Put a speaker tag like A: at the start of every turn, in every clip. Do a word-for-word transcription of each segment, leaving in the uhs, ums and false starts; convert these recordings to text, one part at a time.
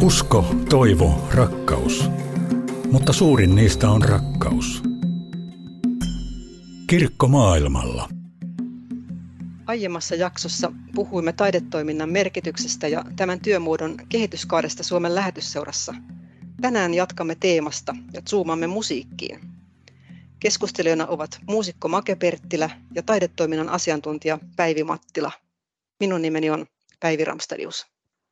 A: Usko, toivo, rakkaus. Mutta suurin niistä on rakkaus. Kirkko maailmalla.
B: Aiemmassa jaksossa puhuimme taidetoiminnan merkityksestä ja tämän työmuodon kehityskaaresta Suomen lähetysseurassa. Tänään jatkamme teemasta ja zoomamme musiikkiin. Keskustelijoina ovat muusikko Make Perttilä ja taidetoiminnan asiantuntija Päivi Mattila. Minun nimeni on Päivi Ramstadius.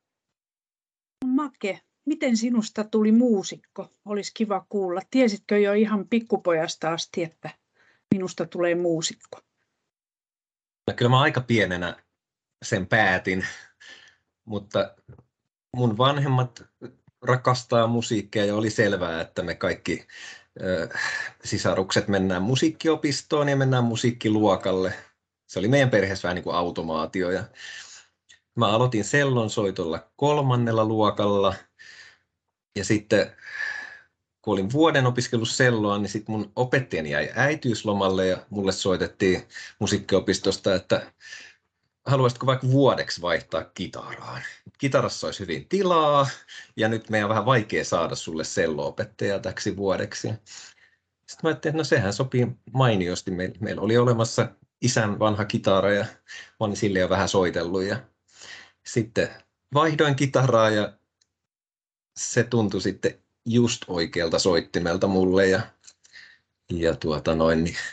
C: Make, miten sinusta tuli muusikko? Olisi kiva kuulla. Tiesitkö jo ihan pikkupojasta asti, että minusta tulee muusikko?
D: No, kyllä mä aika pienenä sen päätin, mutta mun vanhemmat rakastaa musiikkia ja oli selvää, että me kaikki ö, sisarukset mennään musiikkiopistoon ja mennään musiikkiluokalle. Se oli meidän perheessä vähän niin kuin automaatio. Ja mä aloitin sellonsoitolla kolmannella luokalla ja sitten kun olin vuoden opiskellut selloa, niin sitten mun opettajani jäi äitiyslomalle ja mulle soitettiin musiikkiopistosta, että haluaisitko vaikka vuodeksi vaihtaa kitaraan. Kitarassa olisi hyvin tilaa ja nyt meidän on vähän vaikea saada sulle sello-opettajaa täksi vuodeksi. Sitten mä ajattelin, että no sehän sopii mainiosti. Meillä oli olemassa isän vanha kitara ja mä olin sille jo vähän soitellut. Ja sitten vaihdoin kitaraa ja se tuntui sitten just oikealta soittimelta mulle ja, ja tuota noin, niin,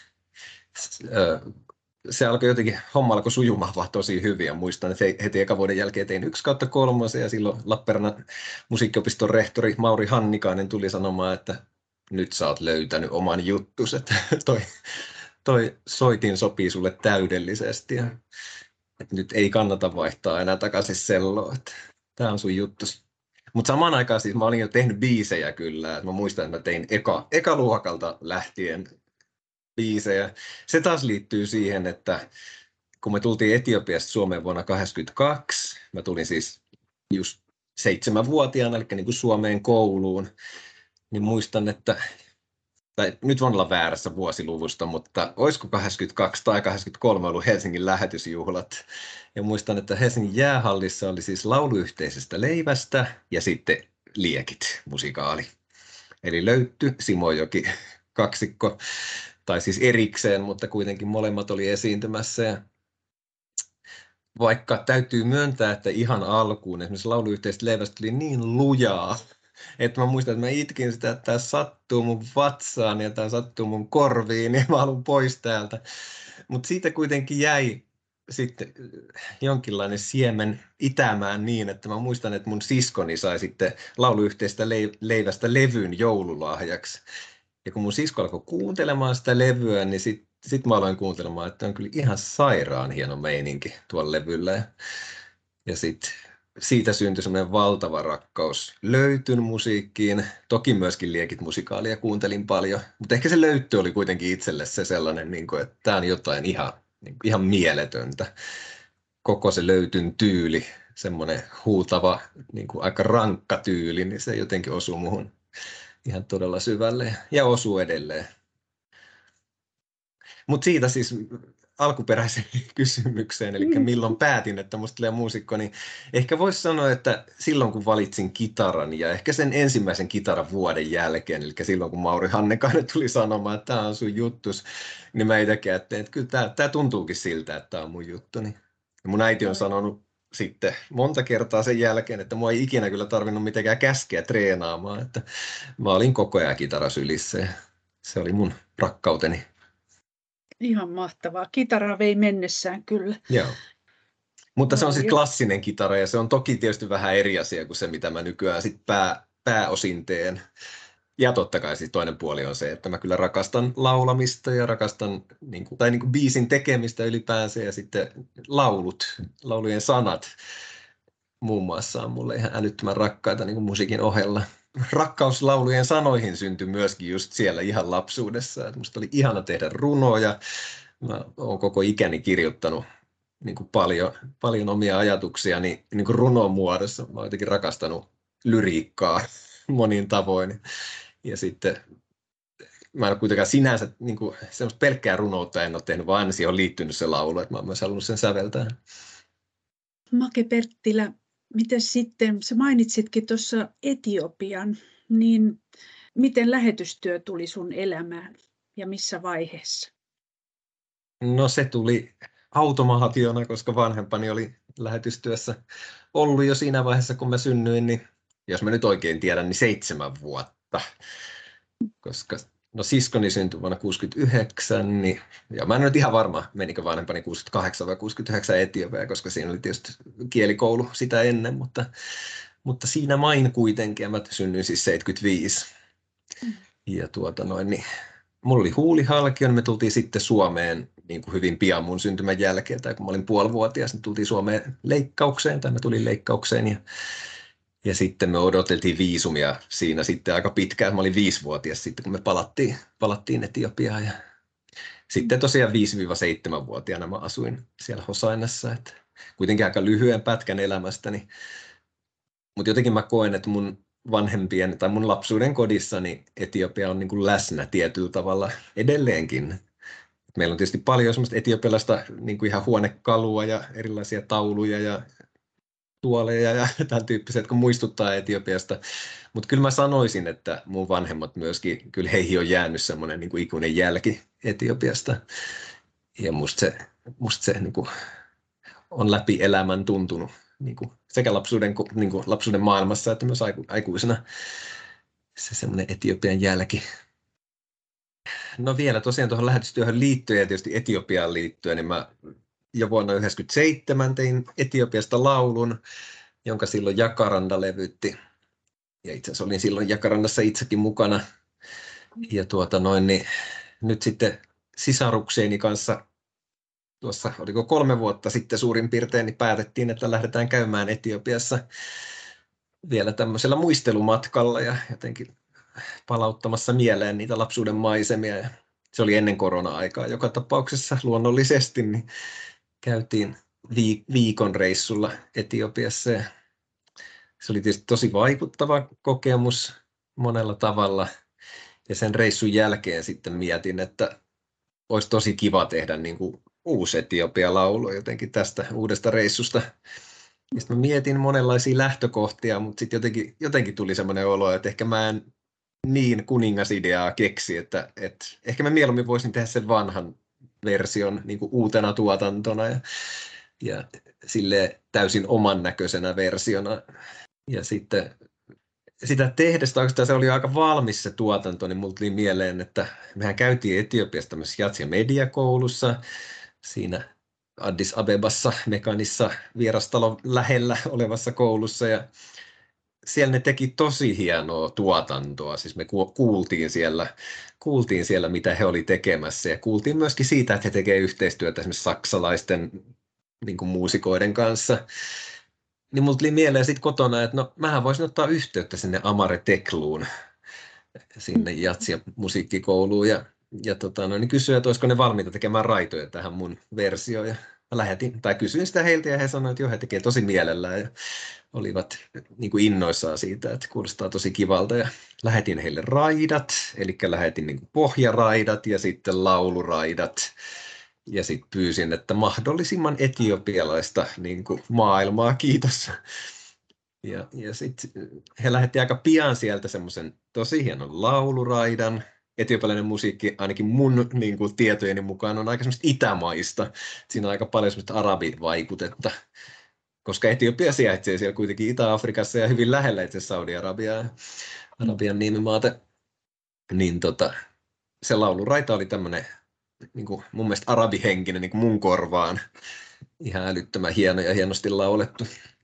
D: se alkoi jotenkin, homma alkoi sujumaan vaan tosi hyvin ja muistan, että heti eka vuoden jälkeen tein yksi kautta kolmosen ja silloin Lappeenrannan musiikkiopiston rehtori Mauri Hannikainen tuli sanomaan, että nyt sä oot löytänyt oman juttus, että toi, toi soitin sopii sulle täydellisesti ja että nyt ei kannata vaihtaa enää takaisin selloa, että tää on sun juttus. Mutta samaan aikaan siis mä olin jo tehnyt biisejä kyllä. Et mä muistan, että mä tein eka, eka luokalta lähtien biisejä. Se taas liittyy siihen, että kun me tultiin Etiopiasta Suomeen vuonna tuhatyhdeksänsataakahdeksankymmentäkaksi, mä tulin siis just seitsemänvuotiaana, eli niin kuin Suomeen kouluun, niin muistan, että, tai nyt voin olla väärässä vuosiluvusta, mutta olisiko kahdeksankymmentäkaksi tai kahdeksankymmentäkolme ollut Helsingin lähetysjuhlat. Ja muistan, että Helsingin jäähallissa oli siis lauluyhteisestä leivästä ja sitten Liekit musikaali. Eli Löytty, Simojoki kaksikko, tai siis erikseen, mutta kuitenkin molemmat oli esiintymässä. Ja vaikka täytyy myöntää, että ihan alkuun esimerkiksi lauluyhteisestä leivästä oli niin lujaa, että mä muistan, että mä itkin sitä, että tämä sattuu mun vatsaan ja tämä sattuu mun korviin ja mä haluan pois täältä. Mutta siitä kuitenkin jäi sitten jonkinlainen siemen itämään niin, että mä muistan, että mun siskoni sai sitten lauluyhteistä leivästä levyn joululahjaksi. Ja kun mun sisko alkoi kuuntelemaan sitä levyä, niin sitten sit mä aloin kuuntelemaan, että on kyllä ihan sairaan hieno meininki tuolla levyllä. Ja, ja sitten siitä syntyi semmoinen valtava rakkaus Löytyn musiikkiin. Toki myöskin Liekit musikaalia kuuntelin paljon, mutta ehkä se Löytty oli kuitenkin itselle se sellainen, että tämä on jotain ihan Niin ihan mieletöntä. Koko se Löytyn tyyli, semmoinen huutava, niin kuin aika rankka tyyli, niin se jotenkin osuu muhun ihan todella syvälle ja osuu edelleen. Mutta siitä siis alkuperäiseen kysymykseen, eli milloin päätin, että musta tulee muusikko, niin ehkä voisi sanoa, että silloin kun valitsin kitaran ja ehkä sen ensimmäisen kitaran vuoden jälkeen, eli silloin kun Mauri Hannekainen tuli sanomaan, että tämä on sun juttus, niin mä itsekin ajattelin, että kyllä tämä, tämä tuntuukin siltä, että tämä on mun juttuni. Ja mun äiti on sanonut sitten monta kertaa sen jälkeen, että mua ei ikinä kyllä tarvinnut mitenkään käskeä treenaamaan, että mä olin koko ajan kitarasylissä ja se oli mun rakkauteni.
C: Ihan mahtavaa. Kitara vei mennessään kyllä.
D: Joo. Mutta se on
C: No,
D: siis
C: jo.
D: klassinen kitara ja se on toki tietysti vähän eri asia kuin se, mitä mä nykyään sit pää, pääosin teen. Ja totta kai siis toinen puoli on se, että mä kyllä rakastan laulamista ja rakastan niin kuin, tai niin kuin biisin tekemistä ylipäänsä ja sitten laulut, laulujen sanat muun muassa on mulle ihan älyttömän rakkaita niin kuin musiikin ohella. Rakkaus laulujen sanoihin syntyi myöskin just siellä ihan lapsuudessa. Että musta oli ihana tehdä runoja. Mä oon koko ikäni kirjoittanut niin kuin paljon, paljon omia ajatuksia niin, niin kuin runon muodossa. Mä oon jotenkin rakastanut lyriikkaa monin tavoin. Ja sitten mä en ole kuitenkaan sinänsä niin kuin, semmoista pelkkää runoutta en ole tehnyt, vaan aina siihen on liittynyt se laulu. Että mä oon myös halunnut sen säveltää.
C: Make Perttilä, Miten sitten, sä mainitsitkin tuossa Etiopian, niin miten lähetystyö tuli sun elämään ja missä vaiheessa?
D: No se tuli automaationa, koska vanhempani oli lähetystyössä ollut jo siinä vaiheessa, kun mä synnyin, niin jos mä nyt oikein tiedän, niin seitsemän vuotta. Koska no siskoni syntyi vuonna kuusikymmentäyhdeksän, niin, ja mä en nyt ihan varma, menikö vanhempani kuusikymmentäkahdeksan vai kuusikymmentäyhdeksän Etiopiaa, koska siinä oli tietysti kielikoulu sitä ennen, mutta, mutta siinä main kuitenkin, ja mä synnyin siis seitsemänkymmentäviisi. Mm. Ja tuota noin, niin mulla oli huulihalkio, niin me tultiin sitten Suomeen niin kuin hyvin pian mun syntymän jälkeen, tai kun mä olin puolivuotias, niin tultiin Suomeen leikkaukseen, tai mä tulin leikkaukseen, ja, ja sitten me odoteltiin viisumia siinä sitten aika pitkään. Mä olin viisivuotias sitten, kun me palattiin, palattiin Etiopiaan, ja sitten tosiaan viisi-seitsemänvuotiaana mä asuin siellä Hosainassa, että kuitenkin aika lyhyen pätkän elämästäni, mutta jotenkin mä koen, että mun vanhempien tai mun lapsuuden kodissani Etiopia on niin kuin läsnä tietyllä tavalla edelleenkin. Meillä on tietysti paljon semmoista etiopialaista niin kuin ihan huonekalua ja erilaisia tauluja ja tuoleja ja tämän tyyppisiä, jotka muistuttaa Etiopiasta. Mutta kyllä mä sanoisin, että mun vanhemmat myöskin, kyllä heihin on jäänyt semmoinen niin kuin ikuinen jälki Etiopiasta. Ja musta se, musta se niin kuin on läpi elämän tuntunut. Niin kuin sekä lapsuuden, niin kuin lapsuuden maailmassa että myös aikuisena se semmoinen Etiopian jälki. No vielä tosiaan tuohon lähetystyöhön liittyen ja tietysti Etiopiaan liittyen, niin mä jo vuonna yhdeksänkymmentäseitsemän tein Etiopiasta laulun, jonka silloin Jakaranda levytti. Ja itse asiassa olin silloin Jakarandassa itsekin mukana. Ja tuota noin, niin nyt sitten sisarukseeni kanssa tuossa, oliko kolme vuotta sitten suurin piirtein, niin päätettiin, että lähdetään käymään Etiopiassa vielä tämmöisellä muistelumatkalla ja jotenkin palauttamassa mieleen niitä lapsuuden maisemia. Ja se oli ennen korona-aikaa joka tapauksessa luonnollisesti, niin käytiin viikon reissulla Etiopiassa. Ja se oli tietysti tosi vaikuttava kokemus monella tavalla. Ja sen reissun jälkeen sitten mietin, että olisi tosi kiva tehdä niin kuin uusi Etiopia-laulu jotenkin tästä uudesta reissusta. Ja sitten mä mietin monenlaisia lähtökohtia, mutta sitten jotenkin, jotenkin tuli semmoinen olo, että ehkä mä en niin kuningasideaa keksi, että, että ehkä mä mieluummin voisin tehdä sen vanhan version niin kuin uutena tuotantona ja, ja silleen täysin oman näköisenä versiona. Ja sitten sitä tehdessä, oikeastaan se oli aika valmis se tuotanto, niin mulla tuli mieleen, että mehän käytiin Etiopiassa tämmöisessä jats- ja mediakoulussa, siinä Addis Abebassa, Mekanissa vierastalon lähellä olevassa koulussa, ja siellä ne teki tosi hienoa tuotantoa, siis me kuultiin siellä, kuultiin siellä mitä he oli tekemässä, ja kuultiin myöskin siitä, että he tekevät yhteistyötä esimerkiksi saksalaisten niin kuin muusikoiden kanssa. Niin mulla tuli mieleen sitten kotona, että no mähän voisin ottaa yhteyttä sinne Amare Tekluun, sinne jatsi- ja musiikkikouluun, ja, ja tota, no, niin kysyä, että olisiko ne valmiita tekemään raitoja tähän mun versioon. Ja mä lähetin, tai kysyin sitä heiltä, ja he sanoivat, että joo, he tekevät tosi mielellään, ja olivat niin kuin innoissaan siitä, että kuulostaa tosi kivalta, ja lähetin heille raidat, eli lähetin niin kuin pohjaraidat ja sitten lauluraidat. Ja sitten pyysin, että mahdollisimman etiopialaista niin kuin maailmaa, kiitos. Ja, ja sitten he lähetti aika pian sieltä semmoisen tosi hienon lauluraidan. Etiopialainen musiikki, ainakin mun niin kuin tietojeni mukaan, on aika semmoista itämaista. Siinä on aika paljon semmoista arabivaikutetta, koska Etiopia sijaitsee siellä kuitenkin Itä-Afrikassa ja hyvin lähellä itse Saudi-Arabiaa ja Arabian niemimaata. Niin tota, se lauluraita oli tämmöinen niin kuin mun mielestä arabihenkinen niin kuin mun korvaan. Ihan älyttömän hieno ja hienosti laulettu.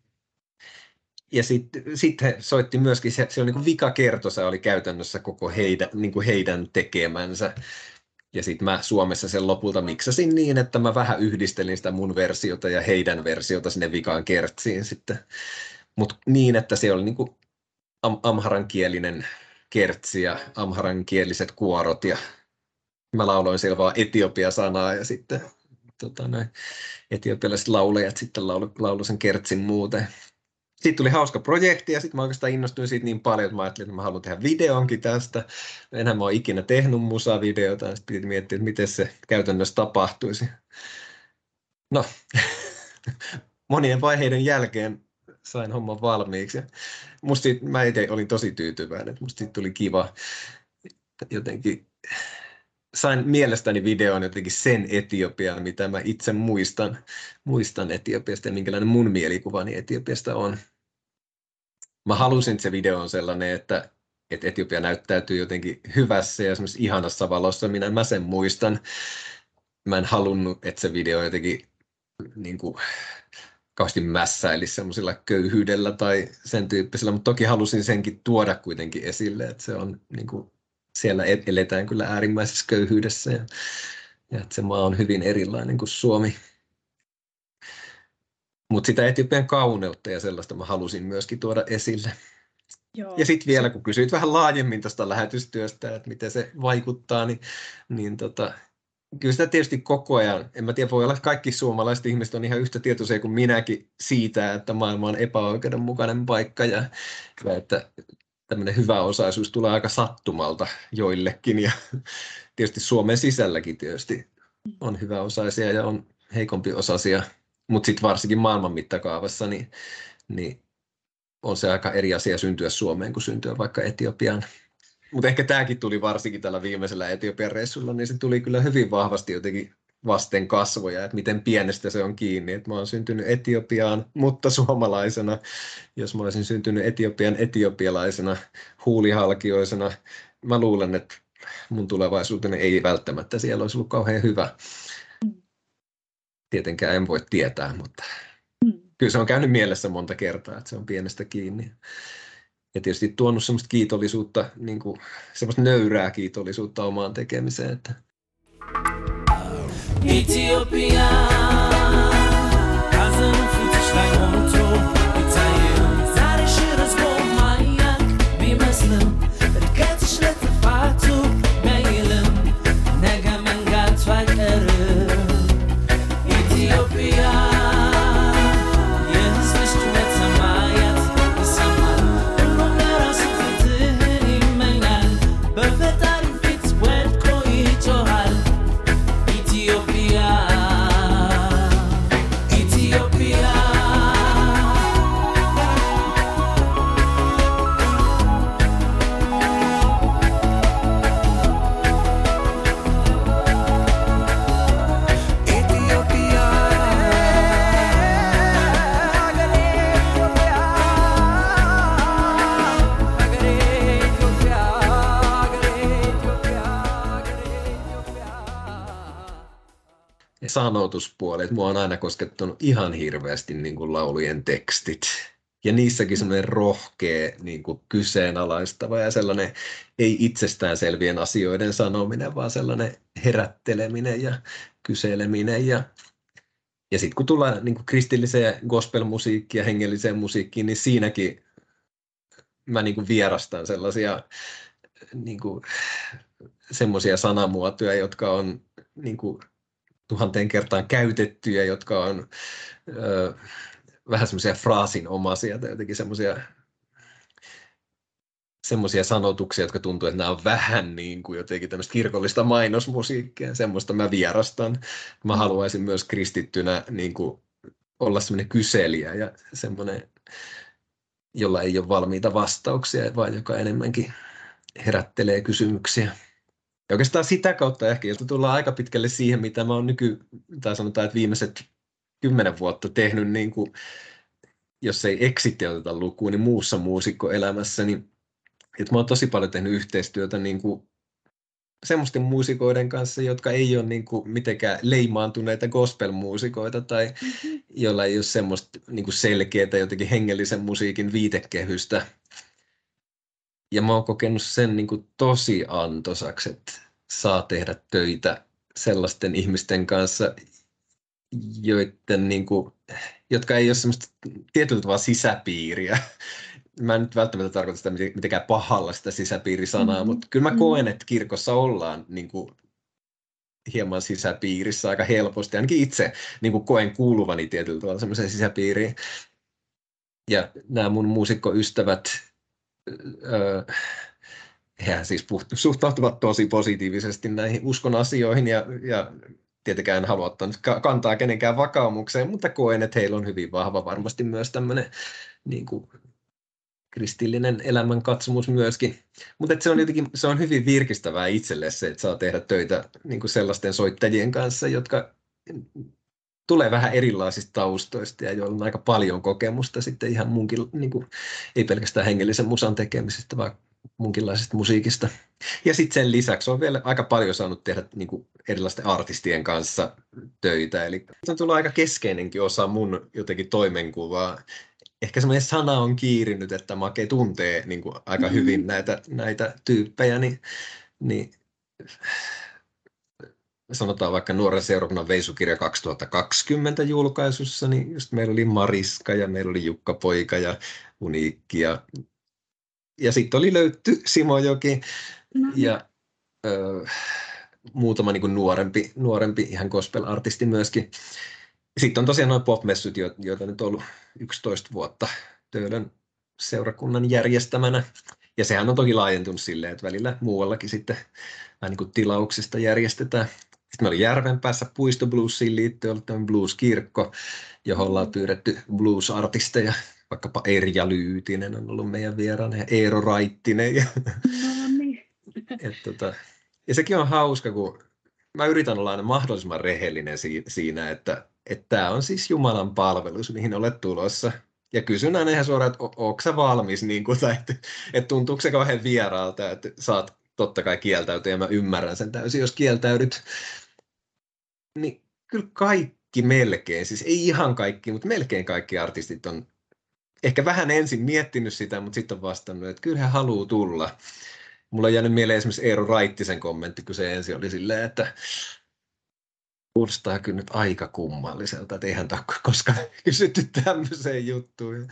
D: Ja sitten sit he soitti myöskin, se, se oli niin kuin vikakertosa oli käytännössä koko heidän, niin kuin heidän tekemänsä. Ja sitten mä Suomessa sen lopulta miksasin niin, että mä vähän yhdistelin sitä mun versiota ja heidän versiota sinne vikaan kertsiin sitten. Mutta niin, että se oli niin kuin am- amharankielinen kertsi ja amharankieliset kuorot ja mä lauloin siellä vaan Etiopia-sanaa ja sitten tota, noin, etiopialaiset laulajat sitten laulu, laulu sen kertsin muuten. Sitten tuli hauska projekti ja sitten mä oikeastaan innostuin siitä niin paljon, että mä ajattelin, että mä haluan tehdä videonkin tästä. Enhän mä ole ikinä tehnyt musavideota ja sitten piti miettiä, että miten se käytännössä tapahtuisi. No, monien vaiheiden jälkeen sain homman valmiiksi. Ja musta siitä, mä itse olin tosi tyytyväinen, että musta siitä tuli kiva. Jotenkin sain mielestäni videon jotenkin sen Etiopian, mitä mä itse muistan, muistan Etiopiasta ja minkälainen mun mielikuvani Etiopiasta on. Mä halusin, että se video on sellainen, että, että Etiopia näyttäytyy jotenkin hyvässä ja semmoisessa ihanassa valossa, minä mä sen muistan. Mä en halunnut, että se video jotenkin niin kuin, kauheasti mässäilisi semmoisella köyhyydellä tai sen tyyppisellä, mutta toki halusin senkin tuoda kuitenkin esille, että se on niin kuin, siellä eletään kyllä äärimmäisessä köyhyydessä ja, ja että se maa on hyvin erilainen kuin Suomi. Mutta sitä Etiopian kauneutta ja sellaista mä halusin myöskin tuoda esille.
C: Joo.
D: Ja sitten vielä, kun kysyit vähän laajemmin tuosta lähetystyöstä, että miten se vaikuttaa, niin, niin tota, kyllä sitä tietysti koko ajan, en mä tiedä, voi olla, että kaikki suomalaiset ihmiset on ihan yhtä tietoisia kuin minäkin siitä, että maailma on epäoikeudenmukainen paikka ja, ja että tämmöinen hyväosaisuus tulee aika sattumalta joillekin ja tietysti Suomen sisälläkin tietysti on hyväosaisia ja on heikompi osaisia, mutta sitten varsinkin maailman mittakaavassa niin, niin on se aika eri asia syntyä Suomeen kuin syntyä vaikka Etiopiaan. Mutta ehkä tämäkin tuli varsinkin tällä viimeisellä Etiopian reissulla, niin se tuli kyllä hyvin vahvasti jotenkin vasten kasvoja, että miten pienestä se on kiinni, että mä oon syntynyt Etiopiaan, mutta suomalaisena, jos mä olisin syntynyt Etiopian etiopialaisena, huulihalkioisena, mä luulen, että mun tulevaisuuteni ei välttämättä siellä olisi ollut kauhean hyvä. Tietenkään en voi tietää, mutta kyllä se on käynyt mielessä monta kertaa, että se on pienestä kiinni. Ja tietysti tuonut semmoista kiitollisuutta, niin kuin, semmoista nöyrää kiitollisuutta omaan tekemiseen. Että Ethiopia, sanotuspuolet. Mua on aina koskettanut ihan hirveästi niin kuin laulujen tekstit. Ja niissäkin semmoinen rohkea, niin kuin kyseenalaistava ja sellainen ei itsestäänselvien asioiden sanominen, vaan sellainen herätteleminen ja kyseleminen. Ja, ja sitten kun tullaan niin kuin kristilliseen gospelmusiikkiin ja hengelliseen musiikkiin, niin siinäkin mä niin kuin vierastan sellaisia niin kuin, semmoisia sanamuotoja, jotka on niin kuin tuhanteen kertaan käytettyjä, jotka on ö, vähän semmoisia fraasinomaisia tai jotenkin semmoisia semmoisia sanotuksia, jotka tuntuu, että nämä on vähän niin kuin jotenkin tämmöistä kirkollista mainosmusiikkia. Semmoista mä vierastan. Mä haluaisin myös kristittynä niin kuin olla semmoinen kyselijä ja semmoinen, jolla ei ole valmiita vastauksia, vaan joka enemmänkin herättelee kysymyksiä. Ja oikeastaan sitä kautta ehkä, jos tullaan aika pitkälle siihen, mitä mä oon nyky, tai sanotaan, että viimeiset kymmenen vuotta tehnyt, niin kuin, jos ei exiti oteta lukuun, niin muussa muusikkoelämässä, niin että mä oon tosi paljon tehnyt yhteistyötä niin kuin semmoisten muusikoiden kanssa, jotka ei ole niin kuin mitenkään leimaantuneita gospel-muusikoita tai mm-hmm. joilla ei ole semmoista niin kuin selkeää jotenkin hengellisen musiikin viitekehystä. Ja mä oon kokenut sen niin kuin tosi antoisaksi, että saa tehdä töitä sellaisten ihmisten kanssa, joiden, niin kuin, jotka ei ole semmoista tietyllä tavalla sisäpiiriä. Mä en nyt välttämättä tarkoita sitä mitenkään pahalla sitä sisäpiirisanaa, mm-hmm. mutta kyllä mä koen, että kirkossa ollaan niin kuin hieman sisäpiirissä aika helposti. Ainakin itse niin kuin koen kuuluvani tietyllä tavalla semmoiseen sisäpiiriin. Ja nämä mun muusikkoystävät, öö, hehän siis suhtautuvat tosi positiivisesti näihin uskon asioihin ja, ja tietenkään en halua ottaa nyt kantaa kenenkään vakaumukseen, mutta koen, että heillä on hyvin vahva varmasti myös tämmöinen niin kuin kristillinen elämänkatsomus myöskin. Mutta se on jotenkin, se on hyvin virkistävää itselle se, että saa tehdä töitä niin kuin sellaisten soittajien kanssa, jotka tulee vähän erilaisista taustoista ja joilla on aika paljon kokemusta sitten ihan munkin, niin kuin, ei pelkästään hengellisen musan tekemisestä, vaan munkinlaisesta musiikista. Ja sitten sen lisäksi on vielä aika paljon saanut tehdä niin kuin erilaisten artistien kanssa töitä. Eli se on tullut aika keskeinenkin osa mun jotenkin toimenkuvaa. Ehkä semmoinen sana on kiirinyt, että Make tuntee niin kuin aika hyvin mm-hmm. näitä, näitä tyyppejä, niin, niin sanotaan vaikka Nuoren seurakunnan veisukirja kaksituhattakaksikymmentä julkaisussa, niin just meillä oli Mariska ja meillä oli Jukka Poika ja Uniikki ja, ja sitten oli löytty Simojoki no. ja ö, muutama niin kuin nuorempi, nuorempi ihan gospel-artisti myöskin. Sitten on tosiaan nuo pop-messut, joita nyt on ollut yksitoista vuotta Töölön seurakunnan järjestämänä. Ja sehän on toki laajentunut silleen, että välillä muuallakin sitten vähän niin kuin tilauksista järjestetään. Sitten meillä oli Järvenpäässä Puistobluesiin liittyen ollut tämmöinen blues-kirkko, johon ollaan pyydetty blues-artisteja. Vaikkapa Erja Lyytinen on ollut meidän vieraana ja Eero Raittinen. Ja,
C: no niin.
D: et, tota, ja sekin on hauska, kun mä yritän olla aina mahdollisimman rehellinen siinä, että tämä on siis Jumalan palvelus, mihin olet tulossa. Ja kysyn aina ihan suoraan, että onko sä valmis, niin kuin, tai että, että tuntuuko se kauhean vieraalta, että saat totta kai kieltäytyä, ja mä ymmärrän sen täysin, jos kieltäydyt. Niin kyllä kaikki melkein, siis ei ihan kaikki, mutta melkein kaikki artistit on ehkä vähän ensin miettinyt sitä, mutta sitten on vastannut, että kyllä he haluaa tulla. Mulla on jäänyt mieleen esimerkiksi Eero Raittisen kommentti, kun se ensin oli silleen, että kuulostaa kyllä nyt aika kummalliselta, että eihän tämä ole koskaan kysytty tämmöiseen juttuun.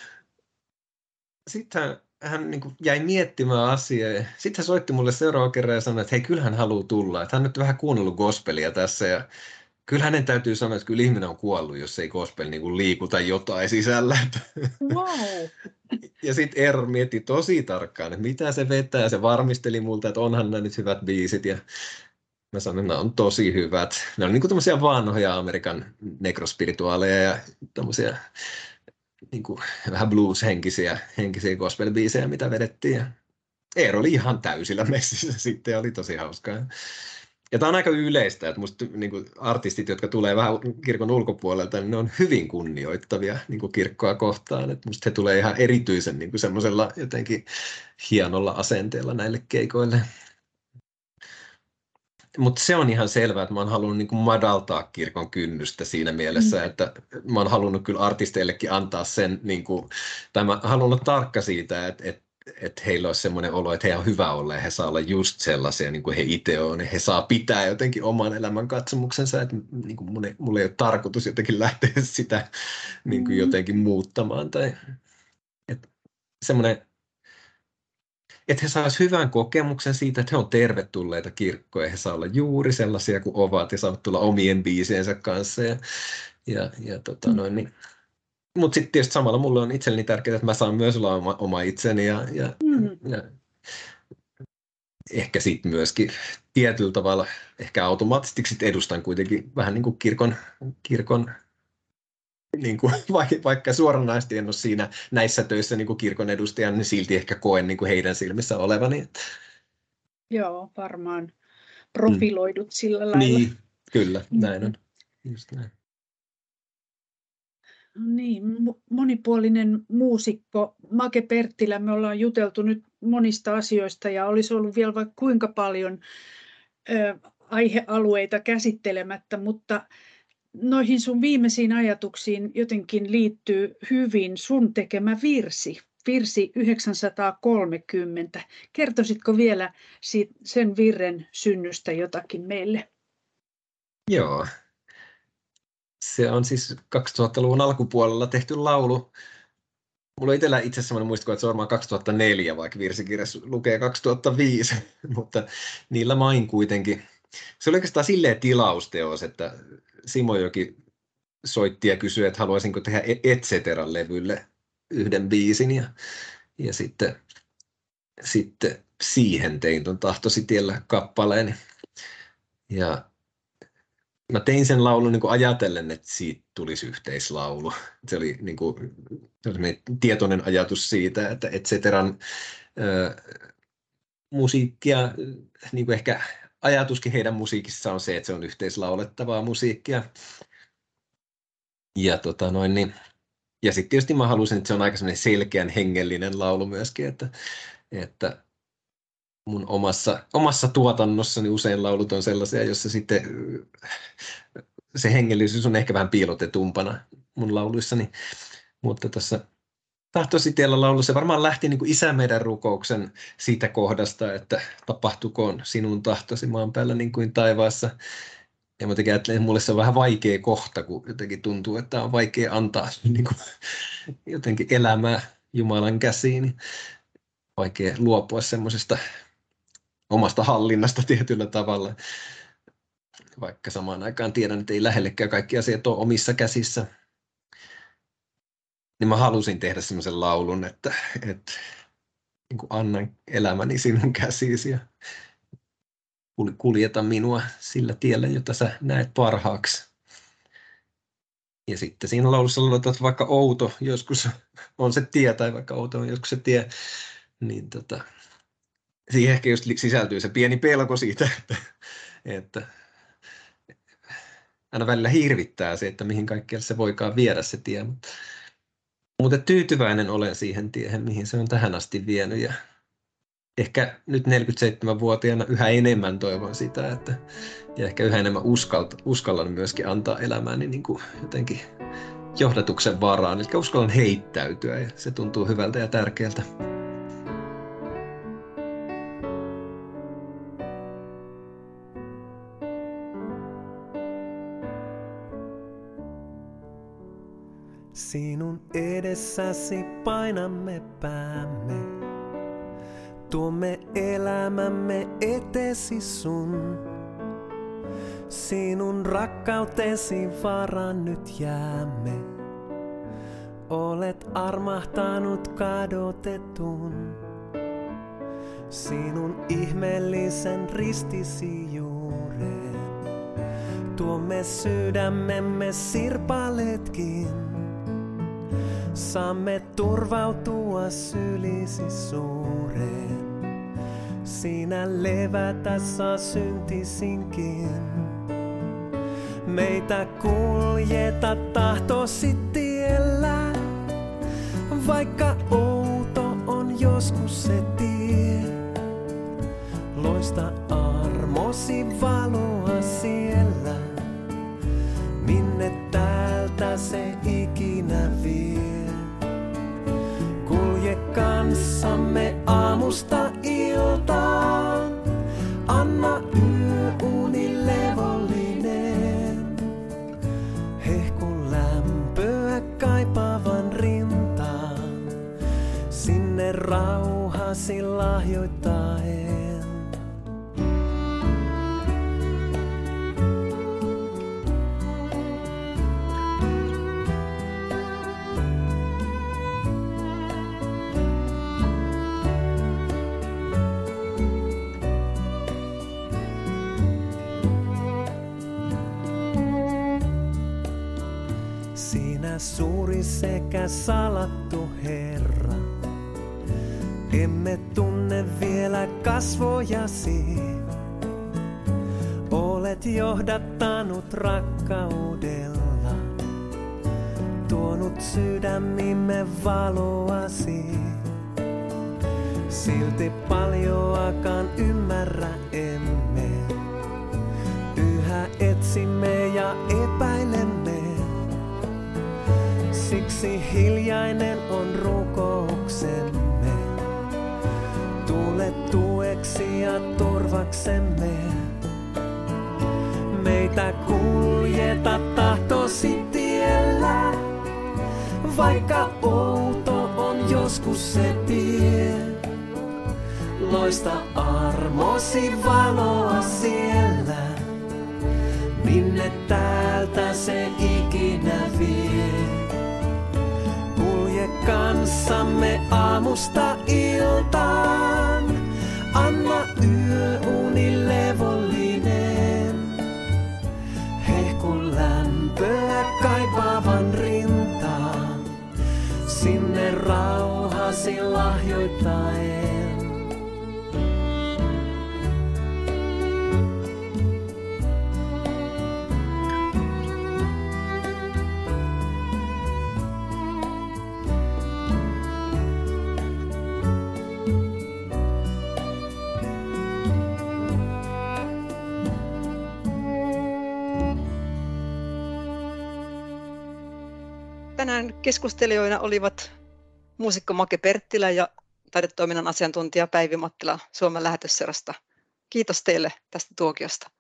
D: Sitten hän, hän niin kuin jäi miettimään asiaa. Sitten hän soitti mulle seuraava kerran ja sanoi, että hei, kyllä hän haluaa tulla. Että hän nyt vähän kuunnellut gospelia tässä. Ja kyllä hänen täytyy sanoa, että kyllä ihminen on kuollut, jos ei gospel niin kuin liikuta jotain sisällä.
C: Wow. Ja
D: sitten Eero mietti tosi tarkkaan, että mitä se vetää. Se varmisteli multa, että onhan nämä nyt hyvät biisit. Ja mä sanoin, että nämä on tosi hyvät. Ne on niin kuin tämmöisiä vanhoja Amerikan nekrospirituaaleja ja tämmöisiä niin kuin vähän blues-henkisiä henkisiä gospel-biisejä, mitä vedettiin. Ja Eero oli ihan täysillä messissä sitten ja oli tosi hauskaa. Ja tämä on aika yleistä, että musta niin kuin artistit, jotka tulee vähän kirkon ulkopuolelta, niin ne on hyvin kunnioittavia niin kuin kirkkoa kohtaan. Että musta he tulee ihan erityisen niin kuin semmoisella jotenkin hienolla asenteella näille keikoille. Mutta se on ihan selvää, että mä oon halunnut niin kuin madaltaa kirkon kynnystä siinä mielessä, mm. että mä oon halunnut kyllä artisteillekin antaa sen, niin kuin, tai mä haluan olla tarkka siitä, että, että, että heillä olisi semmoinen olo, että he on hyvä olla ja he saa olla just sellaisia, niin kuin he itse on. He saa pitää jotenkin oman elämän katsomuksensa, että niin kuin mun ei, mulla ei ole tarkoitus jotenkin lähteä sitä niin kuin jotenkin muuttamaan. Tai, että semmoinen, että he saisivat hyvän kokemuksen siitä, että he on tervetulleita kirkkoja ja he saa olla juuri sellaisia kuin ovat ja saavat tulla omien biisiensä kanssa. Ja, ja, ja tota noin, niin. Mutta sitten tietysti samalla mulle on itselleni tärkeää, että mä saan myös olla oma, oma itseni ja, ja, mm. ja ehkä sitten myöskin tietyllä tavalla, ehkä automaattisesti sit edustan kuitenkin vähän niin kuin kirkon, kirkon niin kuin, vaikka suoranaisesti en ole siinä näissä töissä niin kuin kirkon edustajan, niin silti ehkä koen niin kuin heidän silmissä olevani.
C: Joo, varmaan profiloidut mm. sillä lailla.
D: Niin, kyllä, näin on. Just näin.
C: No niin, monipuolinen muusikko Make Perttilä, me ollaan juteltu nyt monista asioista ja olisi ollut vielä vaikka kuinka paljon ö, aihealueita käsittelemättä, mutta noihin sun viimeisiin ajatuksiin jotenkin liittyy hyvin sun tekemä virsi, virsi yhdeksänsataakolmekymmentä. Kertoisitko vielä siitä, sen virren synnystä jotakin meille?
D: Joo. Se on siis kaksituhattaluvun alkupuolella tehty laulu. Mulla on itsellä itse asiassa sellainen muistikuva, että se on varmaan kaksituhattaneljä, vaikka virsikirjassa lukee kaksituhattaviisi, mutta niillä main kuitenkin. Se oli oikeastaan silleen tilausteos, että Simojoki soitti ja kysyi, että haluaisinko tehdä Et Ceteran levylle yhden biisin. Ja, ja sitten, sitten siihen tein tuon Tahtosi tiellä kappaleen. Ja mä tein sen laulun niin kuin ajatellen, että siitä tulisi yhteislaulu. Se oli, niin kuin, se oli tietoinen ajatus siitä, että Et Ceteran äh, musiikkia, niin kuin ehkä ajatuskin heidän musiikissa on se, että se on yhteislaulettavaa musiikkia. Ja, tota noin, niin, ja sitten tietysti mä halusin, että se on aika selkeän hengellinen laulu myöskin, että, että mun omassa, omassa tuotannossani usein laulut on sellaisia, jossa sitten se hengellisyys on ehkä vähän piilotetumpana mun lauluissani. Mutta tässä Tahtosi tiellä laulu, se varmaan lähti niin kuin Isä meidän rukouksen siitä kohdasta, että tapahtukoon sinun tahtosi maan päällä niin kuin taivaassa. Ja mä jotenkin ajattelen, että mulle se on vähän vaikea kohta, kun jotenkin tuntuu, että on vaikea antaa niin kuin, jotenkin elämää Jumalan käsiin. Niin vaikea luopua semmoisesta omasta hallinnasta tietyllä tavalla, vaikka samaan aikaan tiedän, että ei lähellekään kaikki asiat ole omissa käsissä. Niin mä halusin tehdä semmoisen laulun, että, että niin kuin annan elämäni sinun käsisi ja kuljeta minua sillä tiellä, jota sä näet parhaaksi. Ja sitten siinä laulussa lauletaan, että vaikka outo joskus on se tie, tai vaikka outo on joskus se tie, niin tota, siihen ehkä just sisältyy se pieni pelko siitä, että, että aina välillä hirvittää se, että mihin kaikkialle se voikaan viedä se tie. Mutta, mutta tyytyväinen olen siihen tiehen, mihin se on tähän asti vienyt. Ja ehkä nyt neljäkymmentäseitsemänvuotiaana yhä enemmän toivon sitä, että, ja ehkä yhä enemmän uskalta, uskallan myöskin antaa elämääni niin kuin jotenkin johdatuksen varaan. Eli uskallan heittäytyä ja se tuntuu hyvältä ja tärkeältä.
E: Sinun edessäsi painamme päämme, tuomme elämämme etesi sun. Sinun rakkautesi varaan nyt jäämme, olet armahtanut kadotetun. Sinun ihmeellisen ristisi juureen, tuomme sydämemme sirpaletkin. Saamme turvautua sylisi suureen, sinä levätä saa syntisinkin. Meitä kuljeta tahtosi tiellä, vaikka outo on joskus se tie. Loista armosi valoa siellä, minne täältä se ikinä vie. Kulje kanssamme aamusta iltaan, anna yöuni levollinen. Hehku lämpöä kaipaavan rintaan, sinne rauhasi lahjoittaen. Suuri sekä salattu Herra, emme tunne vielä kasvojasi. Olet johdattanut rakkaudella, tuonut sydämimme valoasi. Silti paljoakaan ymmärrä emme, yhä etsimme ja epäilemme. Siksi hiljainen on rukouksemme, tule tueksi ja turvaksemme. Meitä kuljeta tahtosi tiellä, vaikka outo on joskus se tie. Loista armosi valoa siellä, minne täältä se ikinä vie. Kulje kanssamme aamusta iltaan, anna yöuni levollinen. lupasi lahjoittaen.
B: Tänään keskustelijoina olivat muusikko Make Perttilä ja taidetoiminnan asiantuntija Päivi Mattila Suomen lähetysseurasta. Kiitos teille tästä tuokiosta.